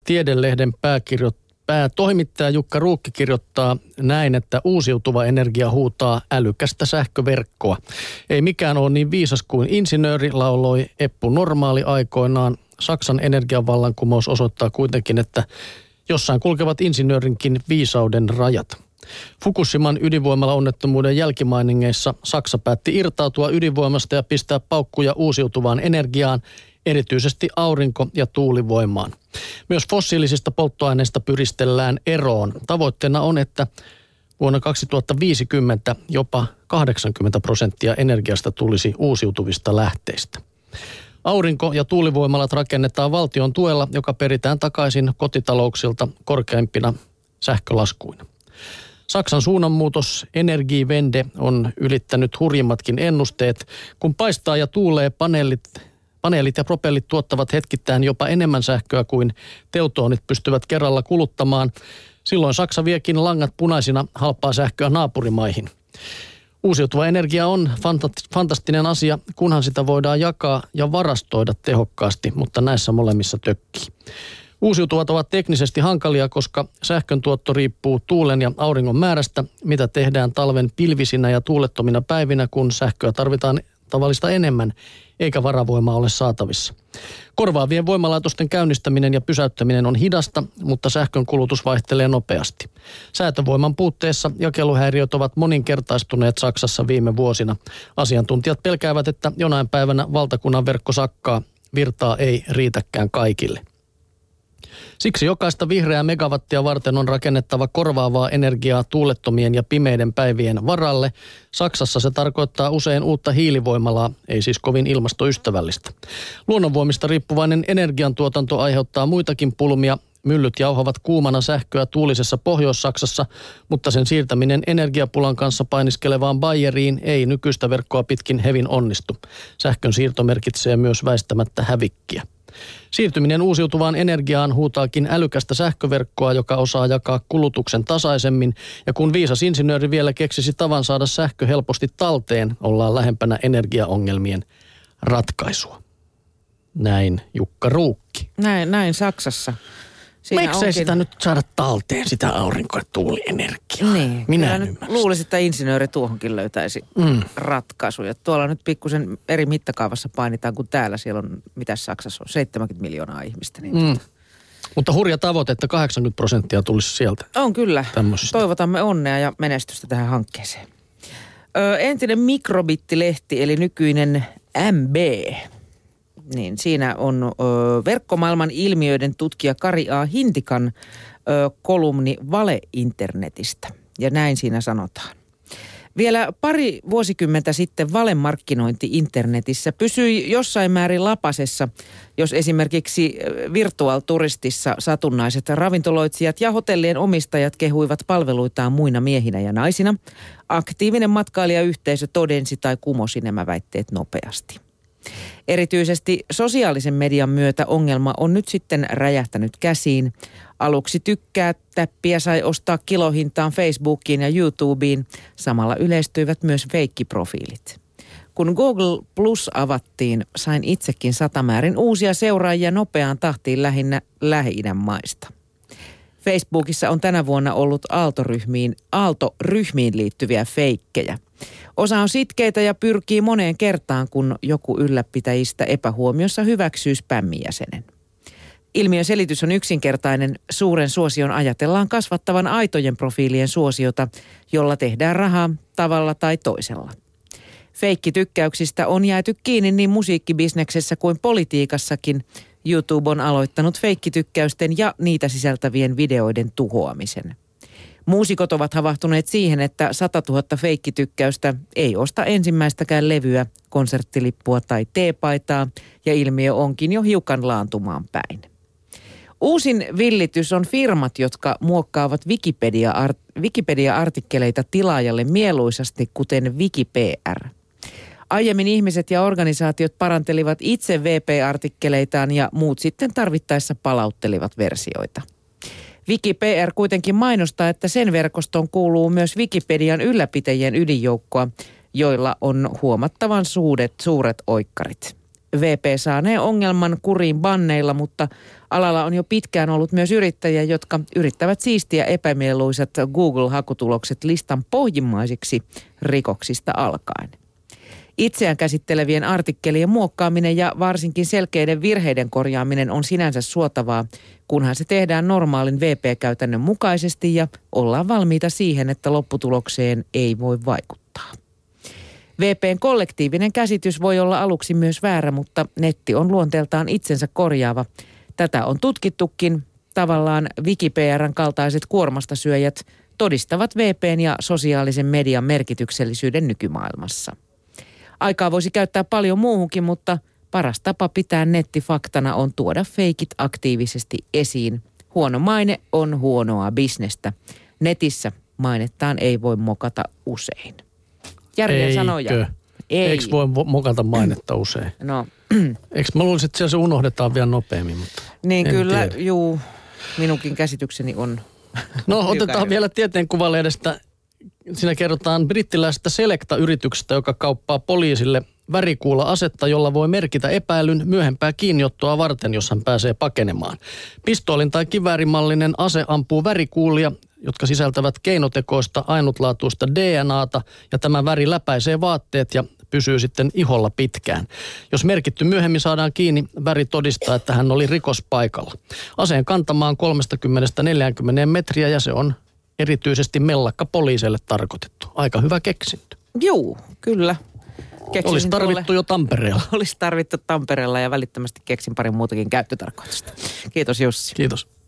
Tiedelehden päätoimittaja Jukka Ruukki kirjoittaa näin, että uusiutuva energia huutaa älykästä sähköverkkoa. Ei mikään ole niin viisas kuin insinööri, lauloi Eppu Normaali aikoinaan. Saksan energiavallankumous osoittaa kuitenkin, että jossain kulkevat insinöörinkin viisauden rajat. Fukushiman ydinvoimalaonnettomuuden jälkimainingeissa Saksa päätti irtautua ydinvoimasta ja pistää paukkuja uusiutuvaan energiaan, erityisesti aurinko- ja tuulivoimaan. Myös fossiilisista polttoaineista pyristellään eroon. Tavoitteena on, että vuonna 2050 jopa 80% energiasta tulisi uusiutuvista lähteistä. Aurinko- ja tuulivoimalat rakennetaan valtion tuella, joka peritään takaisin kotitalouksilta korkeimpina sähkölaskuina. Saksan suunnanmuutos Energiewende on ylittänyt hurjimmatkin ennusteet. Kun paistaa ja tuulee, paneelit ja propellit tuottavat hetkittäin jopa enemmän sähköä kuin teutoonit pystyvät kerralla kuluttamaan. Silloin Saksa viekin langat punaisina halpaa sähköä naapurimaihin. Uusiutuva energia on fantastinen asia, kunhan sitä voidaan jakaa ja varastoida tehokkaasti, mutta näissä molemmissa tökkii. Uusiutuvat ovat teknisesti hankalia, koska sähkön tuotto riippuu tuulen ja auringon määrästä, mitä tehdään talven pilvisinä ja tuulettomina päivinä, kun sähköä tarvitaan tavallista enemmän, eikä varavoimaa ole saatavissa. Korvaavien voimalaitosten käynnistäminen ja pysäyttäminen on hidasta, mutta sähkön kulutus vaihtelee nopeasti. Säätövoiman puutteessa jakeluhäiriöt ovat moninkertaistuneet Saksassa viime vuosina. Asiantuntijat pelkäävät, että jonain päivänä valtakunnan verkko sakkaa, virtaa ei riitäkään kaikille. Siksi jokaista vihreää megawattia varten on rakennettava korvaavaa energiaa tuulettomien ja pimeiden päivien varalle. Saksassa se tarkoittaa usein uutta hiilivoimalaa, ei siis kovin ilmastoystävällistä. Luonnonvoimista riippuvainen energiantuotanto aiheuttaa muitakin pulmia. Myllyt jauhavat kuumana sähköä tuulisessa Pohjois-Saksassa, mutta sen siirtäminen energiapulan kanssa painiskelevaan Bayeriin ei nykyistä verkkoa pitkin hevin onnistu. Sähkön siirto merkitsee myös väistämättä hävikkiä. Siirtyminen uusiutuvaan energiaan huutaakin älykästä sähköverkkoa, joka osaa jakaa kulutuksen tasaisemmin. Ja kun viisas insinööri vielä keksisi tavan saada sähkö helposti talteen, ollaan lähempänä energiaongelmien ratkaisua. Näin Jukka Ruukki. Näin Saksassa. Miksei sitä nyt saada talteen, sitä aurinko- ja tuulienergiaa? Niin, minä en ymmärrä. Luulisin, että insinööri tuohonkin löytäisi ratkaisuja. Tuolla nyt pikkusen eri mittakaavassa painitaan kuin täällä. Siellä on, mitä Saksassa on, 70 miljoonaa ihmistä. Niin Mutta hurja tavoite, että 80% tulisi sieltä. On kyllä. Tämmöisistä. Toivotamme onnea ja menestystä tähän hankkeeseen. Entinen Mikrobittilehti, eli nykyinen MB. Niin siinä on verkkomaailman ilmiöiden tutkija Kari A. Hintikan kolumni vale-internetistä. Ja näin siinä sanotaan. Vielä pari vuosikymmentä sitten valemarkkinointi internetissä pysyi jossain määrin lapasessa, jos esimerkiksi virtuaalturistissa satunnaiset ravintoloitsijat ja hotellien omistajat kehuivat palveluitaan muina miehinä ja naisina. Aktiivinen matkailijayhteisö todensi tai kumosi nämä väitteet nopeasti. Erityisesti sosiaalisen median myötä ongelma on nyt sitten räjähtänyt käsiin. Aluksi tykkää-täppiä sai ostaa kilohintaan Facebookiin ja YouTubeen. Samalla yleistyivät myös feikkiprofiilit. Kun Google Plus avattiin, sain itsekin satamäärin uusia seuraajia nopeaan tahtiin lähinnä Lähi-idän maista. Facebookissa on tänä vuonna ollut aaltoryhmiin liittyviä feikkejä. Osa on sitkeitä ja pyrkii moneen kertaan, kun joku ylläpitäjistä epähuomiossa hyväksyy spämmijäsenen. Ilmiön selitys on yksinkertainen. Suuren suosion ajatellaan kasvattavan aitojen profiilien suosiota, jolla tehdään rahaa tavalla tai toisella. Feikkitykkäyksistä on jääty kiinni niin musiikkibisneksessä kuin politiikassakin. YouTube on aloittanut feikkitykkäysten ja niitä sisältävien videoiden tuhoamisen. Muusikot ovat havahtuneet siihen, että 100 000 feikkitykkäystä ei osta ensimmäistäkään levyä, konserttilippua tai teepaitaa, ja ilmiö onkin jo hiukan laantumaan päin. Uusin villitys on firmat, jotka muokkaavat Wikipedia-artikkeleita tilaajalle mieluisasti, kuten WikiPR. Aiemmin ihmiset ja organisaatiot parantelivat itse VP-artikkeleitaan ja muut sitten tarvittaessa palauttelivat versioita. WikiPR kuitenkin mainostaa, että sen verkostoon kuuluu myös Wikipedian ylläpitäjien ydinjoukkoa, joilla on huomattavan suuret oikkarit. VP saanee ongelman kuriin banneilla, mutta alalla on jo pitkään ollut myös yrittäjiä, jotka yrittävät siistiä epämieluisat Google-hakutulokset listan pohjimmaisiksi rikoksista alkaen. Itseään käsittelevien artikkelien muokkaaminen ja varsinkin selkeiden virheiden korjaaminen on sinänsä suotavaa, kunhan se tehdään normaalin VP-käytännön mukaisesti ja ollaan valmiita siihen, että lopputulokseen ei voi vaikuttaa. VP:n kollektiivinen käsitys voi olla aluksi myös väärä, mutta netti on luonteeltaan itsensä korjaava. Tätä on tutkittukin. Tavallaan WikiPR:n kaltaiset kuormastasyöjät todistavat VP:n ja sosiaalisen median merkityksellisyyden nykymaailmassa. Aikaa voisi käyttää paljon muuhunkin, mutta paras tapa pitää netti faktana on tuoda feikit aktiivisesti esiin. Huono maine on huonoa bisnestä. Netissä mainettaan ei voi mokata usein. Järjen sanoja. Ei. Eikö voi mokata mainetta usein? No. Eikö mä luulisin, että se unohdetaan vielä nopeammin, mutta niin kyllä, tiedä. juu. Minunkin käsitykseni on. No otetaan vielä Tieteenkuvalehdestä. Siinä kerrotaan brittiläisestä Selecta-yrityksestä, joka kauppaa poliisille värikuula-asetta, jolla voi merkitä epäilyn myöhempää kiinniottoa varten, jos hän pääsee pakenemaan. Pistoolin tai kiväärimallinen ase ampuu värikuulia, jotka sisältävät keinotekoista ainutlaatuista DNAta, ja tämä väri läpäisee vaatteet ja pysyy sitten iholla pitkään. Jos merkitty myöhemmin saadaan kiinni, väri todistaa, että hän oli rikospaikalla. Aseen kantamaan 30-40 metriä ja se on erityisesti mellakka poliiseille tarkoitettu. Aika hyvä keksintö. Juu, kyllä. Olisi tarvittu jo Tampereella. Olisi tarvittu Tampereella ja välittömästi keksin pari muutakin käyttötarkoitusta. Kiitos Jussi. Kiitos.